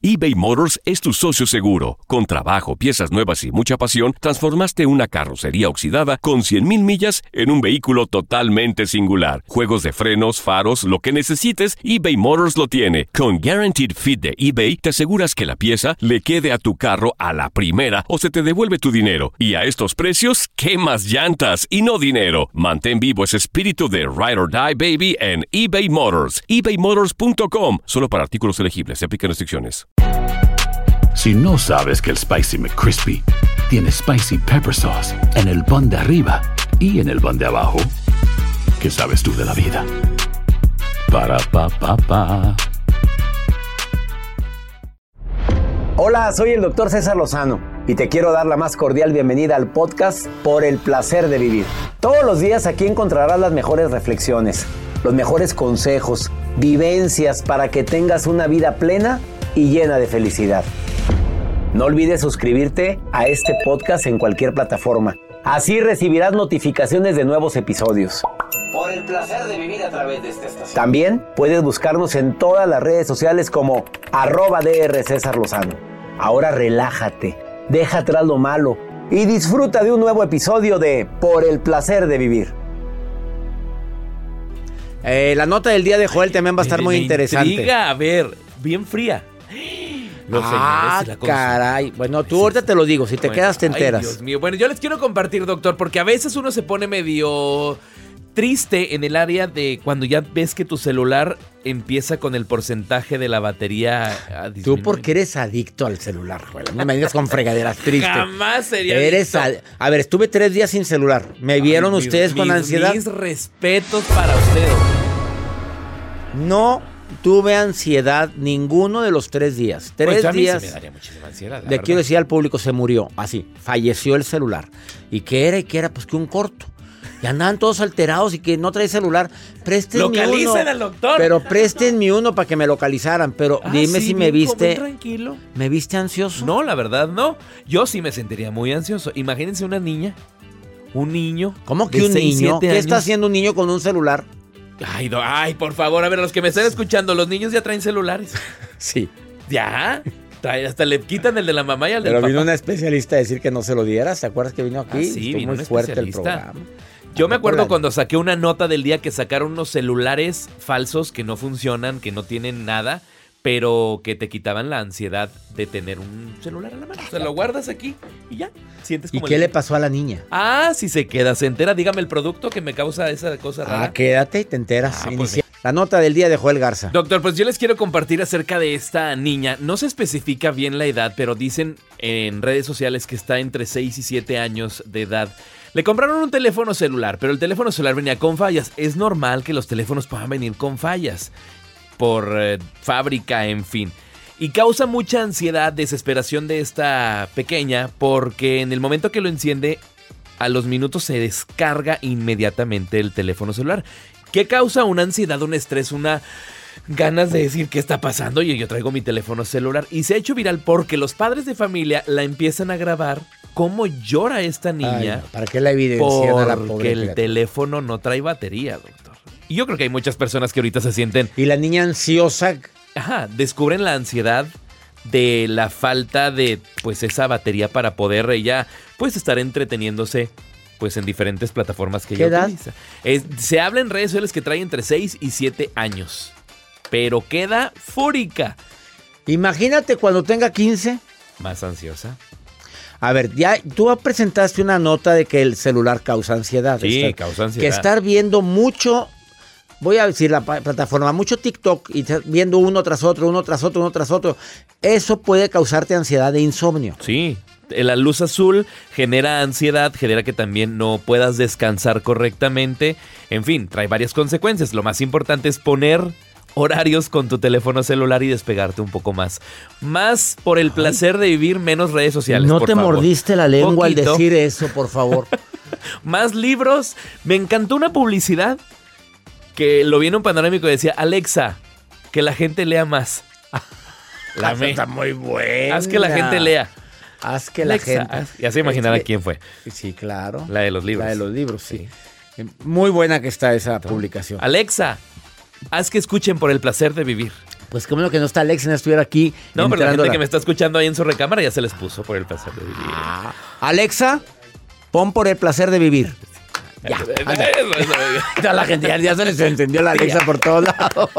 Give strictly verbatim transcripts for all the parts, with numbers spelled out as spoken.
eBay Motors es tu socio seguro. Con trabajo, piezas nuevas y mucha pasión, transformaste una carrocería oxidada con cien mil millas en un vehículo totalmente singular. Juegos de frenos, faros, lo que necesites, eBay Motors lo tiene. Con Guaranteed Fit de eBay, te aseguras que la pieza le quede a tu carro a la primera o se te devuelve tu dinero. Y a estos precios, ¿qué más llantas y no dinero? Mantén vivo ese espíritu de Ride or Die, baby, en eBay Motors. ebay motors punto com. Solo para artículos elegibles. Se aplican restricciones. Si no sabes que el Spicy McCrispy tiene Spicy Pepper Sauce en el pan de arriba y en el pan de abajo, ¿qué sabes tú de la vida? Para, pa, pa, pa. Hola, soy el doctor César Lozano y te quiero dar la más cordial bienvenida al podcast Por el Placer de Vivir. Todos los días aquí encontrarás las mejores reflexiones, los mejores consejos, vivencias para que tengas una vida plena y llena de felicidad. No olvides suscribirte a este podcast en cualquier plataforma. Así recibirás notificaciones de nuevos episodios. Por el placer de vivir a través de esta estación. También puedes buscarnos en todas las redes sociales como arroba DR César Lozano. Ahora relájate, deja atrás lo malo y disfruta de un nuevo episodio de Por el Placer de Vivir. Eh, la nota del día de Joel también va a estar me, muy me interesante. Intriga, a ver, bien fría. Los ah, señores, la caray. Bueno, tú ahorita te lo digo, si te bueno, quedas te enteras. Ay, Dios mío. Bueno, yo les quiero compartir, doctor, porque a veces uno se pone medio triste en el área de cuando ya ves que tu celular empieza con el porcentaje de la batería a disminuir. Tú porque eres adicto al celular, Joel. No me digas con fregaderas tristes. Jamás sería eres adicto. A... a ver, estuve tres días sin celular. ¿Me Ay, vieron mis, ustedes con mis, ansiedad? Mis respetos para usted. No tuve ansiedad ninguno de los tres días. Tres pues días. A mí sí me daría muchísima ansiedad. Le verdad. quiero decir al público, se murió. Así, falleció el celular. ¿Y qué era? ¿Y qué era? Pues que un corto. Y andaban todos alterados y que no trae celular. Préstenme uno. Localicen al doctor. Pero préstenme uno para que me localizaran. Pero ah, dime sí, si me viste. Tranquilo. ¿Me viste ansioso? No, la verdad no. Yo sí me sentiría muy ansioso. Imagínense una niña. Un niño. ¿Cómo que un seis, niño? ¿Qué años? Está haciendo un niño con un celular? Ay, do, ay, por favor, a ver, los que me están escuchando, los niños ya traen celulares. Sí. ¿Ya? Trae, hasta le quitan el de la mamá y el del Pero papá. vino una especialista a decir que no se lo dieras. ¿Te acuerdas que vino aquí? Ah, sí, Estuvo vino muy fuerte el programa. Yo me acuerdo cuando saqué una nota del día que sacaron unos celulares falsos que no funcionan, que no tienen nada, pero que te quitaban la ansiedad de tener un celular a la mano. O sea, lo guardas aquí y ya. Sientes como ¿Y qué el... le pasó a la niña? Ah, si se queda, se entera. Dígame el producto que me causa esa cosa rara. Ah, quédate y te enteras. Ah, pues la nota del día de Joel Garza. Doctor, pues yo les quiero compartir acerca de esta niña. No se especifica bien la edad, pero dicen en redes sociales que está entre seis y siete años de edad. Le compraron un teléfono celular, pero el teléfono celular venía con fallas. Es normal que los teléfonos puedan venir con fallas por eh, fábrica, en fin. Y causa mucha ansiedad, desesperación de esta pequeña, porque en el momento que lo enciende, a los minutos se descarga inmediatamente el teléfono celular. ¿Qué causa? Una ansiedad, un estrés, una ganas de decir qué está pasando. Y yo traigo mi teléfono celular. Y se ha hecho viral porque los padres de familia la empiezan a grabar cómo llora esta niña. Ay, ¿para qué la evidencian a la pobre? Porque el teléfono no trae batería, doctor. Y yo creo que hay muchas personas que ahorita se sienten... Y la niña ansiosa... Ajá, descubren la ansiedad de la falta de, pues, esa batería para poder ella, pues, estar entreteniéndose, pues, en diferentes plataformas que ella ella edad? utiliza. Es, se habla en redes sociales que trae entre seis y siete años, pero queda fúrica. Imagínate cuando tenga quince. Más ansiosa. A ver, ya tú presentaste una nota de que el celular causa ansiedad. Sí, estar, causa ansiedad. Que estar viendo mucho... Voy a decir la plataforma, mucho TikTok y viendo uno tras otro, uno tras otro, uno tras otro. Eso puede causarte ansiedad e insomnio. Sí, la luz azul genera ansiedad, genera que también no puedas descansar correctamente. En fin, trae varias consecuencias. Lo más importante es poner horarios con tu teléfono celular y despegarte un poco más. Más por el placer de vivir, menos redes sociales. No por te favor. mordiste la lengua Poquito. al decir eso, por favor. Más libros. Me encantó una publicidad que lo vi en un panorámico y decía: Alexa, que la gente lea más. La me... Está muy buena. Haz que la gente lea. Haz que Alexa, la gente... haz... Ya se imaginará es que... quién fue. Sí, claro. La de los libros. La de los libros, sí. sí. Muy buena que está esa publicación. Alexa, haz que escuchen por el placer de vivir. Pues como lo que no está Alexa, no estuviera aquí. No, pero la gente entrándola. que me está escuchando ahí en su recámara ya se les puso por el placer de vivir. Ah, Alexa, pon por el placer de vivir. Ya. Eso, eso, eso. Ya la gente ya, ya se les encendió la Alexa por todos lados.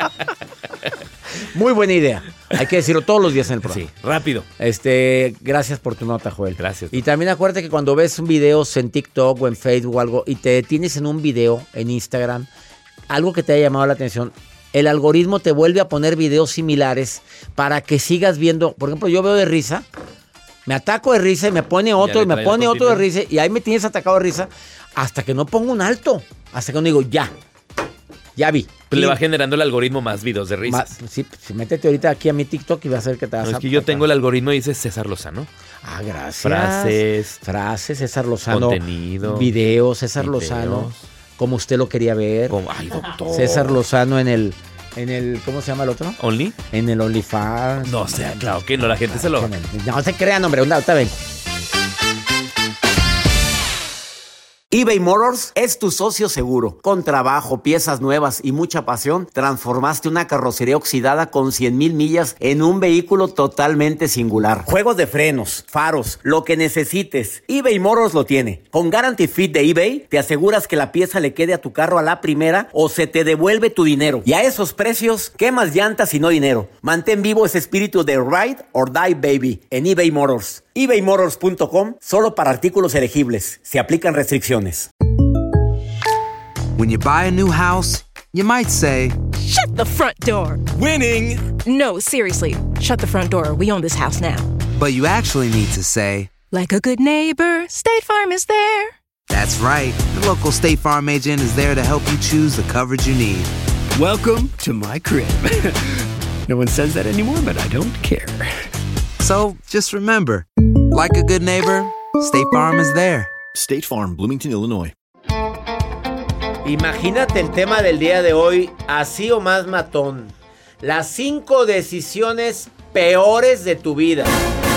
Muy buena idea. Hay que decirlo todos los días en el programa. Sí, rápido. Este, gracias por tu nota, Joel. Gracias. Y también acuérdate que cuando ves un video en TikTok o en Facebook o algo y te detienes en un video en Instagram, algo que te haya llamado la atención, el algoritmo te vuelve a poner videos similares para que sigas viendo. Por ejemplo, yo veo de risa, me ataco de risa y me pone otro y me pone otro de risa y ahí me tienes atacado de risa hasta que no pongo un alto, hasta que no digo ya, ya vi. Pues le Y- va generando el algoritmo más videos de Ma- risas. sí, sí, métete ahorita aquí a mi TikTok y vas a ver que te vas No, a... es que yo tengo el algoritmo y dice César Lozano. Ah, gracias. Frases. Frases, César Lozano. Contenido. Videos, César Videos. Lozano. Como usted lo quería ver. Como, ay, doctor. César Lozano en el, en el, ¿cómo se llama el otro? ¿Only? En el OnlyFans. No, o sea, claro que no, la gente se lo... No se crean, hombre. Una, ahorita ven. eBay Motors es tu socio seguro. Con trabajo, piezas nuevas y mucha pasión, transformaste una carrocería oxidada con cien mil millas en un vehículo totalmente singular. Juegos de frenos, faros, lo que necesites, eBay Motors lo tiene. Con Guarantee Fit de eBay, te aseguras que la pieza le quede a tu carro a la primera o se te devuelve tu dinero. Y a esos precios, ¿qué más llantas y no dinero? Mantén vivo ese espíritu de Ride or Die Baby en eBay Motors. ebay motors punto com, solo para artículos elegibles. Se aplican restricciones. When you buy a new house, you might say, Shut the front door. winning, No, seriously. Shut the front door. We own this house now. but you actually need to say, Like a good neighbor, State Farm is there. that's right. The local State Farm agent is there to help you choose the coverage you need. Welcome to my crib. No one says that anymore, but I don't care. So just remember, like a good neighbor, State Farm is there. State Farm, Bloomington, Illinois. Imagínate el tema del día de hoy, así o más matón. Las cinco decisiones peores de tu vida.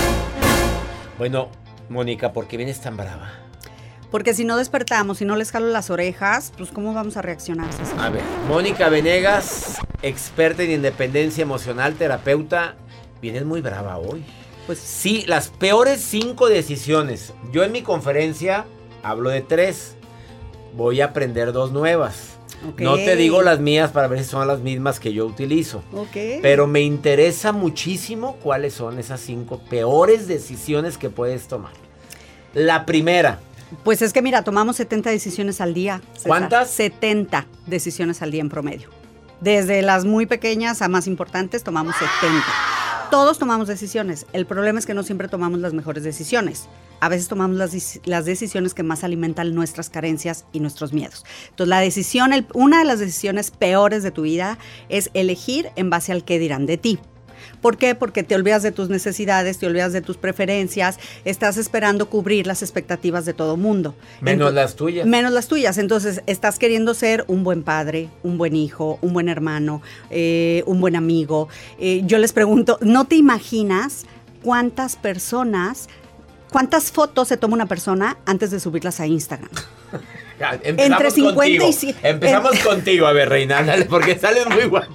Bueno, Mónica, ¿por qué vienes tan brava? Porque si no despertamos, si no les jalo las orejas, pues ¿cómo vamos a reaccionar, César? A ver, Mónica Venegas, experta en independencia emocional, terapeuta, vienes muy brava hoy. Pues Sí, las peores cinco decisiones. Yo en mi conferencia hablo de tres. Voy a aprender dos nuevas. ok. No te digo las mías para ver si son las mismas que yo utilizo. Ok. Pero me interesa muchísimo cuáles son esas cinco peores decisiones que puedes tomar. La primera. Pues es que mira, tomamos setenta decisiones al día, César. ¿Cuántas? setenta decisiones al día en promedio. Desde las muy pequeñas a más importantes tomamos setenta. Todos tomamos decisiones. El problema es que no siempre tomamos las mejores decisiones. A veces tomamos las, dec- las decisiones que más alimentan nuestras carencias y nuestros miedos. Entonces, la decisión, el- una de las decisiones peores de tu vida es elegir en base al qué dirán de ti. ¿Por qué? Porque te olvidas de tus necesidades, te olvidas de tus preferencias, estás esperando cubrir las expectativas de todo mundo. Menos Ento- las tuyas. Menos las tuyas. Entonces, estás queriendo ser un buen padre, un buen hijo, un buen hermano, eh, un buen amigo. Eh, yo les pregunto, ¿no te imaginas cuántas personas, cuántas fotos se toma una persona antes de subirlas a Instagram? Ya, empezamos Entre cincuenta y contigo. cien. Empezamos contigo, a ver, Reina, ándale, porque sales muy guapa.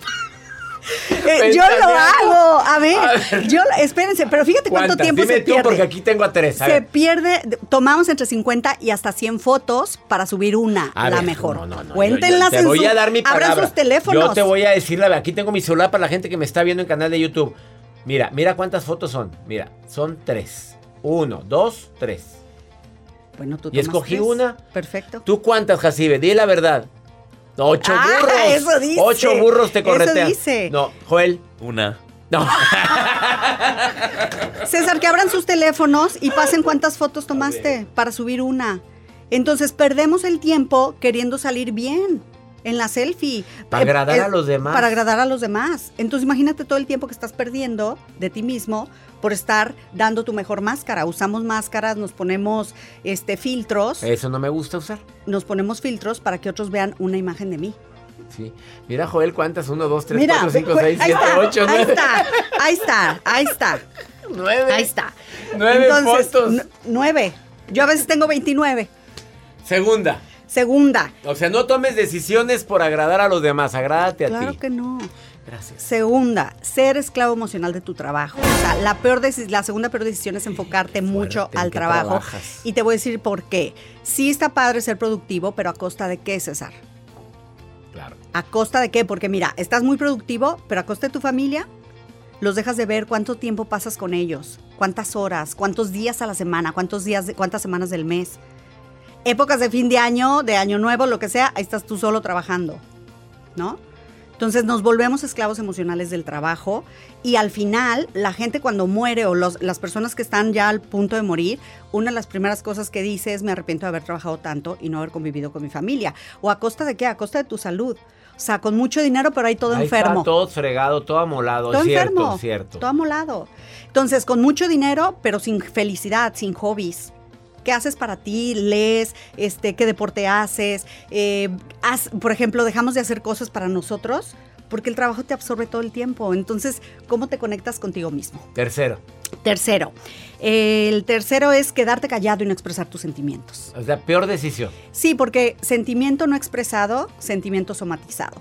Eh, yo lo Ventaneando. hago. A ver, A ver. yo, espérense, pero fíjate cuánto ¿Cuántas? tiempo Dime se tú, pierde. porque aquí tengo a tres. A Se ver. pierde, tomamos entre cincuenta y hasta cien fotos para subir una, A la ver, mejor. no, no, no, Cuéntenlas yo- yo en Te voy su- a dar mi palabra. Abran sus teléfonos. Yo te voy a decir la verdad. Aquí tengo mi celular para la gente que me está viendo en el canal de YouTube. Mira, mira cuántas fotos son. Mira, son tres. Uno, dos, tres. Bueno, tú Y tomas escogí tres. una. Perfecto. ¿Tú cuántas, Jacibe? Di la verdad. Ocho Ah, burros. eso dice. Ocho burros te Eso corretean. dice. No, Joel. Una. No. César, que abran sus teléfonos y pasen cuántas fotos tomaste para subir una. Entonces, perdemos el tiempo queriendo salir bien en la selfie. Para Eh, agradar eh, a los demás. Para agradar a los demás. Entonces, imagínate todo el tiempo que estás perdiendo de ti mismo por estar dando tu mejor máscara. Usamos máscaras, nos ponemos este filtros, Eso no me gusta usar. nos ponemos filtros para que otros vean una imagen de mí. Sí. Mira, Joel, ¿cuántas? Uno, dos, tres, Mira, cuatro, cinco, ve- seis, ahí siete, está, ocho, ahí nueve. está, ahí está, ahí está. Nueve. Ahí está. Nueve Entonces, fotos. nu- nueve. Yo a veces tengo veintinueve. Segunda. Segunda. O sea, no tomes decisiones por agradar a los demás, agrádate a Claro ti. que no. Gracias. Segunda, ser esclavo emocional de tu trabajo. O sea, la, peor deci- la segunda peor decisión es enfocarte Fuerte, mucho al trabajo. Trabajas? Y te voy a decir por qué. Sí está padre ser productivo, pero ¿a costa de qué, César? Claro. ¿A costa de qué? Porque mira, estás muy productivo, pero a costa de tu familia, los dejas de ver, cuánto tiempo pasas con ellos, cuántas horas, cuántos días a la semana, cuántos días, de, cuántas semanas del mes. Épocas de fin de año, de año nuevo, lo que sea, ahí estás tú solo trabajando, ¿no? Entonces nos volvemos esclavos emocionales del trabajo y al final la gente cuando muere o los, las personas que están ya al punto de morir, una de las primeras cosas que dice es me arrepiento de haber trabajado tanto y no haber convivido con mi familia. ¿O a costa de qué? A costa de tu salud. O sea, con mucho dinero, pero ahí todo ahí enfermo. Está todo fregado, todo amolado, todo es cierto, enfermo, es cierto. Todo amolado. Entonces, con mucho dinero, pero sin felicidad, sin hobbies. ¿Qué haces para ti? ¿Lees? Este, ¿qué deporte haces? Eh, haz, por ejemplo, dejamos de hacer cosas para nosotros porque el trabajo te absorbe todo el tiempo. Entonces, ¿cómo te conectas contigo mismo? Tercero. Tercero. Eh, el tercero es quedarte callado y no expresar tus sentimientos. O sea, peor decisión. Sí, porque sentimiento no expresado, sentimiento somatizado.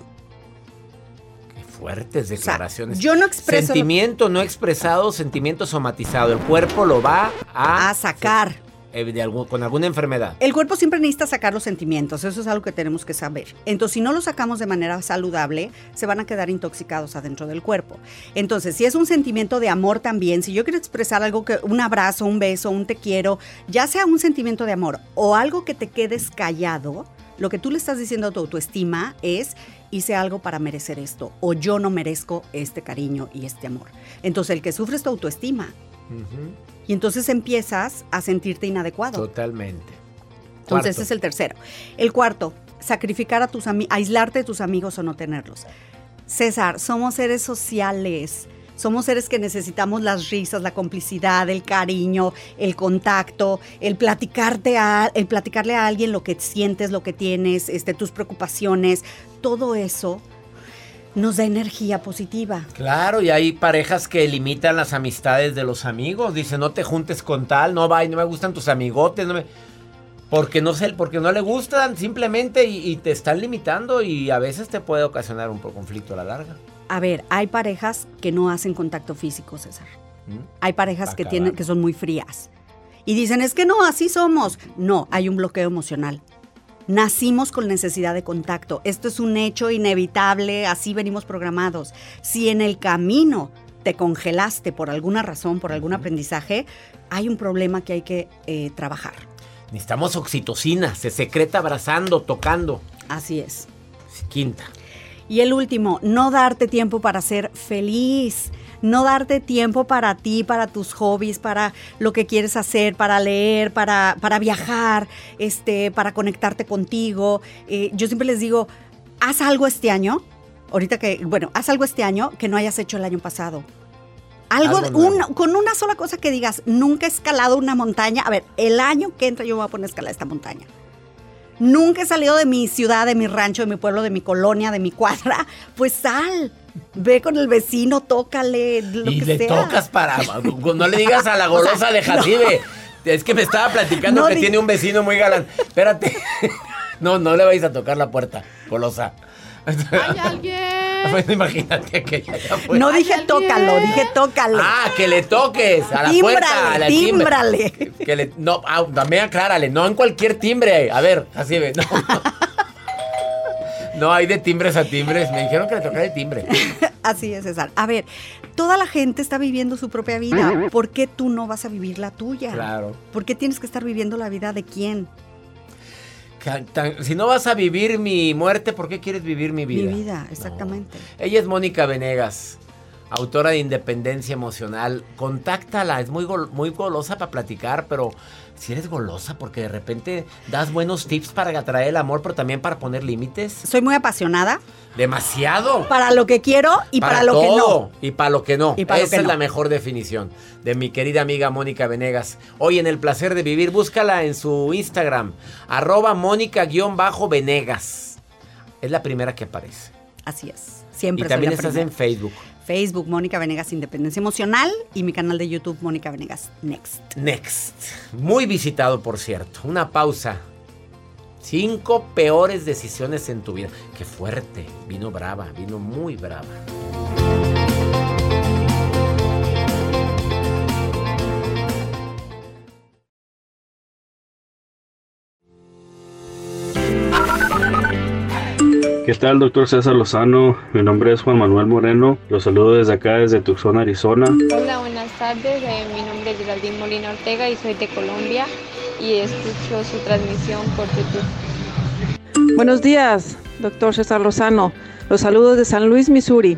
Qué fuertes declaraciones. O sea, yo no expreso... Sentimiento no expresado, sentimiento somatizado. El cuerpo lo va a... A sacar. De algún, con alguna enfermedad. El cuerpo siempre necesita sacar los sentimientos, eso es algo que tenemos que saber. Entonces, si no los sacamos de manera saludable, se van a quedar intoxicados adentro del cuerpo. Entonces, si es un sentimiento de amor también, si yo quiero expresar algo, que un abrazo, un beso, un te quiero, ya sea un sentimiento de amor o algo que te quedes callado, lo que tú le estás diciendo a tu autoestima es, hice algo para merecer esto, o yo no merezco este cariño y este amor. Entonces, el que sufre es tu autoestima. Uh-huh. Y entonces empiezas a sentirte inadecuado. Totalmente. Entonces cuarto. Ese es el tercero. El cuarto, sacrificar a tus amigos, aislarte de tus amigos o no tenerlos. César, somos seres sociales. Somos seres que necesitamos las risas, la complicidad, el cariño, el contacto, el platicarte a, el platicarle a alguien lo que sientes, lo que tienes, este, tus preocupaciones. Todo eso nos da energía positiva. Claro, y hay parejas que limitan las amistades de los amigos. Dicen, no te juntes con tal, no va, no me gustan tus amigotes, no me... porque no sé, porque no le gustan simplemente y, y te están limitando y a veces te puede ocasionar un conflicto a la larga. A ver, hay parejas que no hacen contacto físico, César. ¿Mm? Hay parejas que tienen, que son muy frías. Y dicen, es que no, así somos. No, hay un bloqueo emocional. Nacimos con necesidad de contacto. Esto es un hecho inevitable, así venimos programados. Si en el camino te congelaste por alguna razón, por algún aprendizaje, hay un problema que hay que eh, trabajar. Necesitamos oxitocina, se secreta abrazando, tocando. Así es. Quinta. Y el último, no darte tiempo para ser feliz. No darte tiempo para ti, para tus hobbies, para lo que quieres hacer, para leer, para, para viajar, este, para conectarte contigo. Eh, yo siempre les digo, haz algo este año, ahorita que, bueno, haz algo este año que no hayas hecho el año pasado. Algo, algo un, con una sola cosa que digas, nunca he escalado una montaña. A ver, el año que entra yo me voy a poner a escalar esta montaña. Nunca he salido de mi ciudad, de mi rancho, de mi pueblo, de mi colonia, de mi cuadra. Pues sal. Ve con el vecino, tócale, lo y que le sea. tocas para... No le digas a la golosa o sea, de Jacibe. No. Es que me estaba platicando no, que di... tiene un vecino muy galán. Espérate. No, no le vais a tocar la puerta, golosa. ¿Hay alguien? Bueno, imagínate que ya fue. No dije tócalo, dije tócale. Ah, que le toques a la tímbrale, puerta. A la tímbrale. Timbre. Que le, no, ah, también aclárale, no en cualquier timbre. A ver, así ve, no. No, hay de timbres a timbres. Me dijeron que le tocara el timbre. Así es, César. A ver, toda la gente está viviendo su propia vida. ¿Por qué tú no vas a vivir la tuya? Claro. ¿Por qué tienes que estar viviendo la vida de quién? Si no vas a vivir mi muerte, ¿por qué quieres vivir mi vida? Mi vida, exactamente. No. Ella es Mónica Venegas, autora de Independencia Emocional. Contáctala, es muy, gol, muy golosa para platicar, pero si eres golosa porque de repente das buenos tips para atraer el amor, pero también para poner límites. Soy muy apasionada. Demasiado. Para lo que quiero y para, para lo todo, que no. Y para lo que no. Y para Esa lo que es no. la mejor definición de mi querida amiga Mónica Venegas. Hoy en El Placer de Vivir, búscala en su Instagram, arroba Mónica-Venegas. Es la primera que aparece. Así es. Siempre. Y también soy la estás primera. en Facebook. Facebook, Mónica Venegas Independencia Emocional, y mi canal de YouTube, Mónica Venegas Next. Next. Muy visitado, por cierto. Una pausa. Cinco peores decisiones en tu vida. Qué fuerte. Vino brava, vino muy brava. ¿Qué tal, doctor César Lozano? Mi nombre es Juan Manuel Moreno. Los saludo desde acá, desde Tucson, Arizona. Hola, buenas tardes. Eh, mi nombre es Geraldine Molina Ortega y soy de Colombia y escucho su transmisión por YouTube. Buenos días, doctor César Lozano. Los saludos de San Luis, Missouri.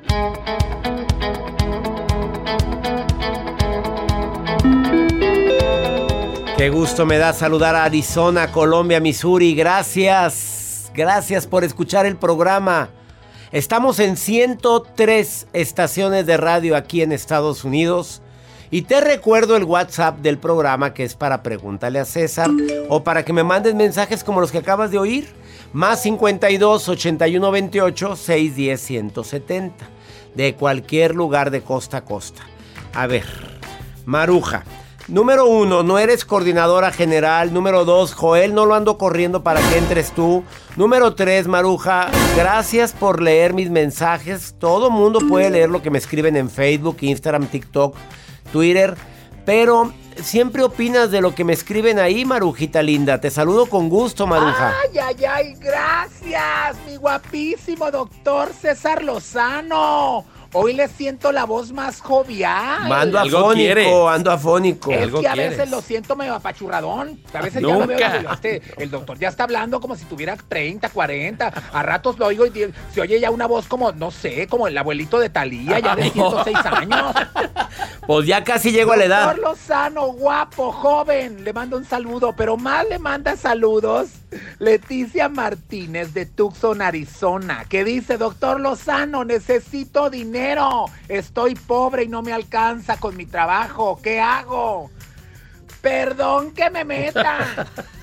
Qué gusto me da saludar a Arizona, Colombia, Missouri. Gracias, gracias por escuchar el programa. Estamos en ciento tres estaciones de radio aquí en Estados Unidos. Y te recuerdo el WhatsApp del programa, que es para Pregúntale a César o para que me mandes mensajes como los que acabas de oír. Más cincuenta y dos, ochenta y uno, veintiocho, seiscientos diez, ciento setenta. De cualquier lugar de costa a costa. A ver, Maruja. Número uno, no eres coordinadora general. Número dos, Joel, no lo ando corriendo para que entres tú. Número tres, Maruja, gracias por leer mis mensajes. Todo mundo puede leer lo que me escriben en Facebook, Instagram, TikTok, Twitter. Pero siempre opinas de lo que me escriben ahí, Marujita linda. Te saludo con gusto, Maruja. Ay, ay, ay, gracias, mi guapísimo doctor César Lozano. Hoy le siento la voz más jovial. Ando afónico, ando afónico. Es Algo que a quieres. veces lo siento medio apachurradón. A veces Nunca. ya lo veo. Digo, este, el doctor ya está hablando como si tuviera treinta, cuarenta. A ratos lo oigo y di- se oye ya una voz como, no sé, como el abuelito de Talía, ya de ciento seis años. Pues ya casi llego a la edad. Doctor Lozano, guapo, joven, le mando un saludo, pero más le manda saludos Leticia Martínez de Tucson, Arizona, que dice: doctor Lozano, necesito dinero, estoy pobre y no me alcanza con mi trabajo, ¿qué hago? Perdón que me meta.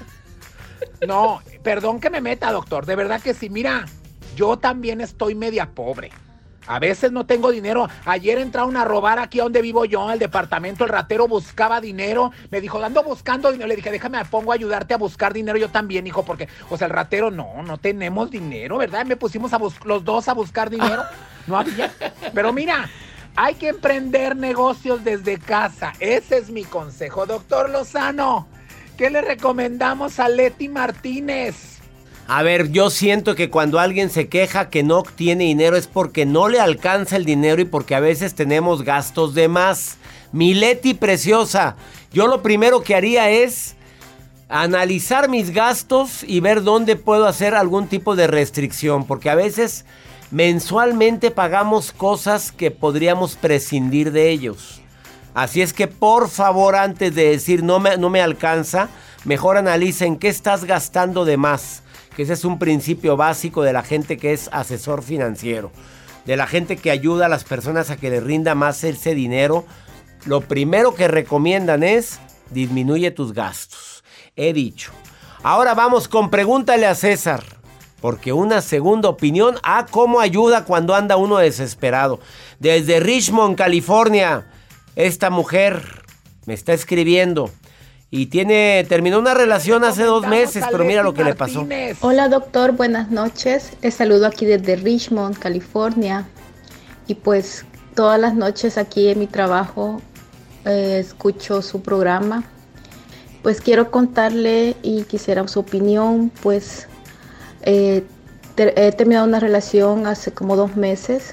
No, perdón que me meta, doctor, de verdad que sí, mira, yo también estoy media pobre. A veces no tengo dinero. Ayer entraron a robar aquí donde vivo yo, al departamento. El ratero buscaba dinero. Me dijo, ando buscando dinero. Le dije, déjame, me pongo a ayudarte a buscar dinero yo también, hijo, porque, o sea, el ratero, no, no tenemos dinero, ¿verdad? Me pusimos a bus- los dos a buscar dinero. No había. Pero mira, hay que emprender negocios desde casa. Ese es mi consejo. Doctor Lozano, ¿qué le recomendamos a Leti Martínez? A ver, yo siento que cuando alguien se queja que no tiene dinero es porque no le alcanza el dinero y porque a veces tenemos gastos de más. Mi Leti preciosa, yo lo primero que haría es analizar mis gastos y ver dónde puedo hacer algún tipo de restricción, porque a veces mensualmente pagamos cosas que podríamos prescindir de ellos. Así es que por favor, antes de decir no me, no me alcanza, mejor analiza en qué estás gastando de más. Que ese es un principio básico de la gente que es asesor financiero, de la gente que ayuda a las personas a que les rinda más ese dinero. Lo primero que recomiendan es disminuye tus gastos. He dicho. Ahora vamos con Pregúntale a César, porque una segunda opinión, ah, cómo ayuda cuando anda uno desesperado. Desde Richmond, California, esta mujer me está escribiendo. Y tiene, terminó una relación hace dos meses, pero mira lo que le pasó. Hola doctor, buenas noches. Les saludo aquí desde Richmond, California. Y pues todas las noches aquí en mi trabajo eh, escucho su programa. Pues quiero contarle y quisiera su opinión. Pues eh, ter- he terminado una relación hace como dos meses.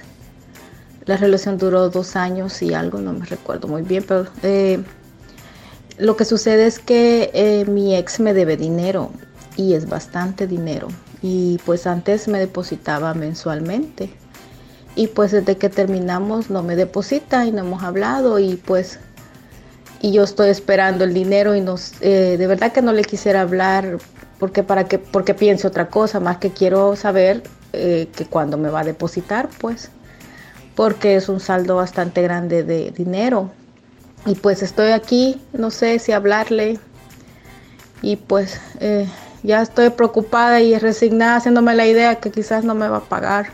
La relación duró dos años y algo, no me recuerdo muy bien, pero... Eh, Lo que sucede es que eh, mi ex me debe dinero y es bastante dinero y pues antes me depositaba mensualmente y pues desde que terminamos no me deposita y no hemos hablado y pues y yo estoy esperando el dinero y nos, eh, de verdad que no le quisiera hablar porque para que porque piense otra cosa, más que quiero saber eh, que cuándo me va a depositar, pues porque es un saldo bastante grande de dinero. Y pues estoy aquí, no sé si hablarle y pues eh, ya estoy preocupada y resignada haciéndome la idea que quizás no me va a pagar.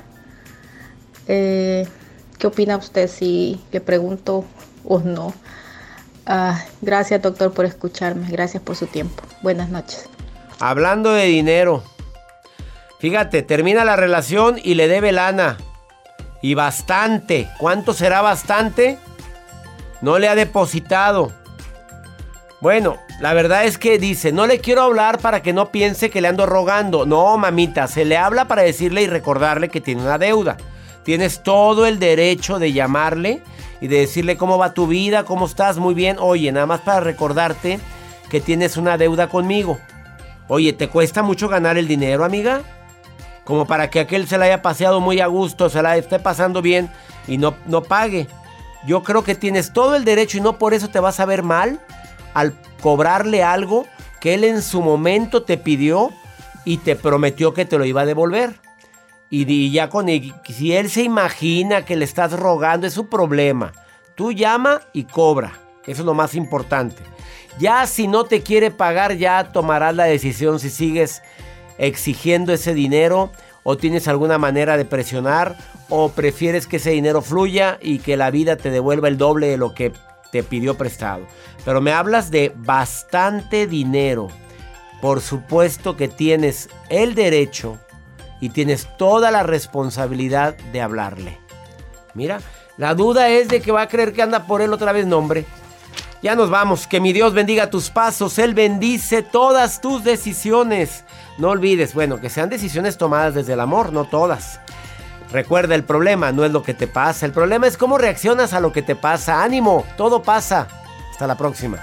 Eh, ¿Qué opina usted si le pregunto o no? Uh, gracias doctor por escucharme, gracias por su tiempo. Buenas noches. Hablando de dinero, fíjate, termina la relación y le debe lana. Y bastante. ¿Cuánto será bastante? No le ha depositado. Bueno, la verdad es que dice, no le quiero hablar para que no piense que le ando rogando. No, mamita, se le habla para decirle y recordarle que tiene una deuda. Tienes todo el derecho de llamarle y de decirle cómo va tu vida, cómo estás, muy bien. Oye, nada más para recordarte que tienes una deuda conmigo. Oye, ¿te cuesta mucho ganar el dinero, amiga? Como para que aquel se la haya paseado muy a gusto, se la esté pasando bien y no, no pague. Yo creo que tienes todo el derecho y no por eso te vas a ver mal al cobrarle algo que él en su momento te pidió y te prometió que te lo iba a devolver. Y, y ya con él, si él se imagina que le estás rogando, es su problema. Tú llama y cobra. Eso es lo más importante. Ya si no te quiere pagar, ya tomarás la decisión si sigues exigiendo ese dinero o tienes alguna manera de presionar o prefieres que ese dinero fluya y que la vida te devuelva el doble de lo que te pidió prestado. Pero me hablas de bastante dinero. Por supuesto que tienes el derecho y tienes toda la responsabilidad de hablarle. Mira, la duda es de que va a creer que anda por él otra vez, no, hombre. Ya nos vamos. Que mi Dios bendiga tus pasos. Él bendice todas tus decisiones. No olvides, bueno, que sean decisiones tomadas desde el amor, no todas. Recuerda, el problema no es lo que te pasa. El problema es cómo reaccionas a lo que te pasa. ¡Ánimo! Todo pasa. Hasta la próxima.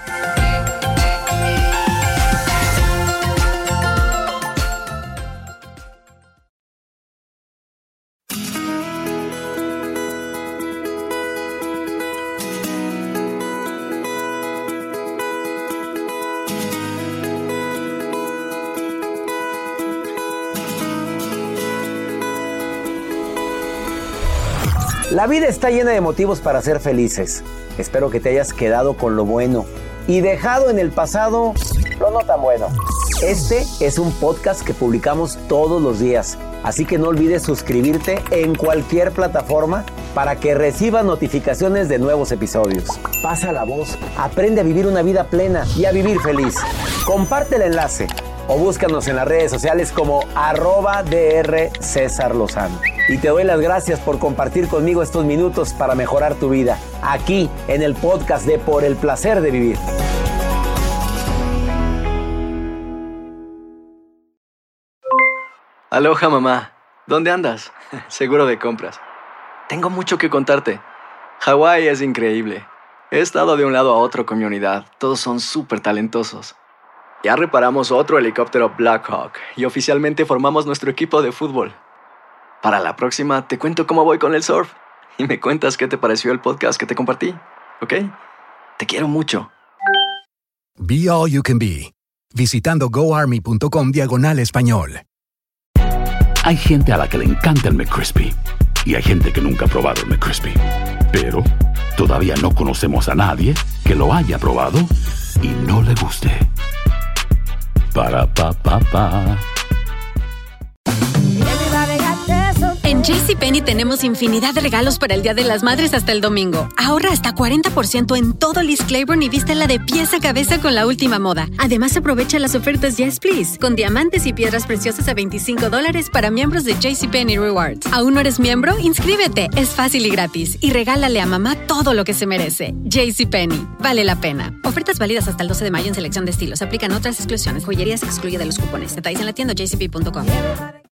La vida está llena de motivos para ser felices. Espero que te hayas quedado con lo bueno y dejado en el pasado lo no tan bueno. Este es un podcast que publicamos todos los días, así que no olvides suscribirte en cualquier plataforma para que recibas notificaciones de nuevos episodios. Pasa la voz, aprende a vivir una vida plena y a vivir feliz. Comparte el enlace o búscanos en las redes sociales como arroba DR César Lozano. Y te doy las gracias por compartir conmigo estos minutos para mejorar tu vida, aquí en el podcast de Por el Placer de Vivir. Aloha, mamá. ¿Dónde andas? Seguro de compras. Tengo mucho que contarte. Hawái es increíble. He estado de un lado a otro con mi unidad. Todos son súper talentosos. Ya reparamos otro helicóptero Blackhawk y oficialmente formamos nuestro equipo de fútbol. Para la próxima te cuento cómo voy con el surf y me cuentas qué te pareció el podcast que te compartí, ¿ok? Te quiero mucho. Be All You Can Be, visitando goarmy.com diagonal español. Hay gente a la que le encanta el McCrispy y hay gente que nunca ha probado el McCrispy. Pero todavía no conocemos a nadie que lo haya probado y no le guste. Para, pa, pa, pa. En JCPenney tenemos infinidad de regalos para el Día de las Madres hasta el domingo. Ahorra hasta cuarenta por ciento en todo Liz Claiborne y vístela de pies a cabeza con la última moda. Además, aprovecha las ofertas Yes Please, con diamantes y piedras preciosas a veinticinco dólares para miembros de JCPenney Rewards. ¿Aún no eres miembro? Inscríbete. Es fácil y gratis. Y regálale a mamá todo lo que se merece. JCPenney. Vale la pena. Ofertas válidas hasta el doce de mayo en selección de estilos. Aplican otras exclusiones. Joyería se excluye de los cupones. Detalles en la tienda j c p punto com.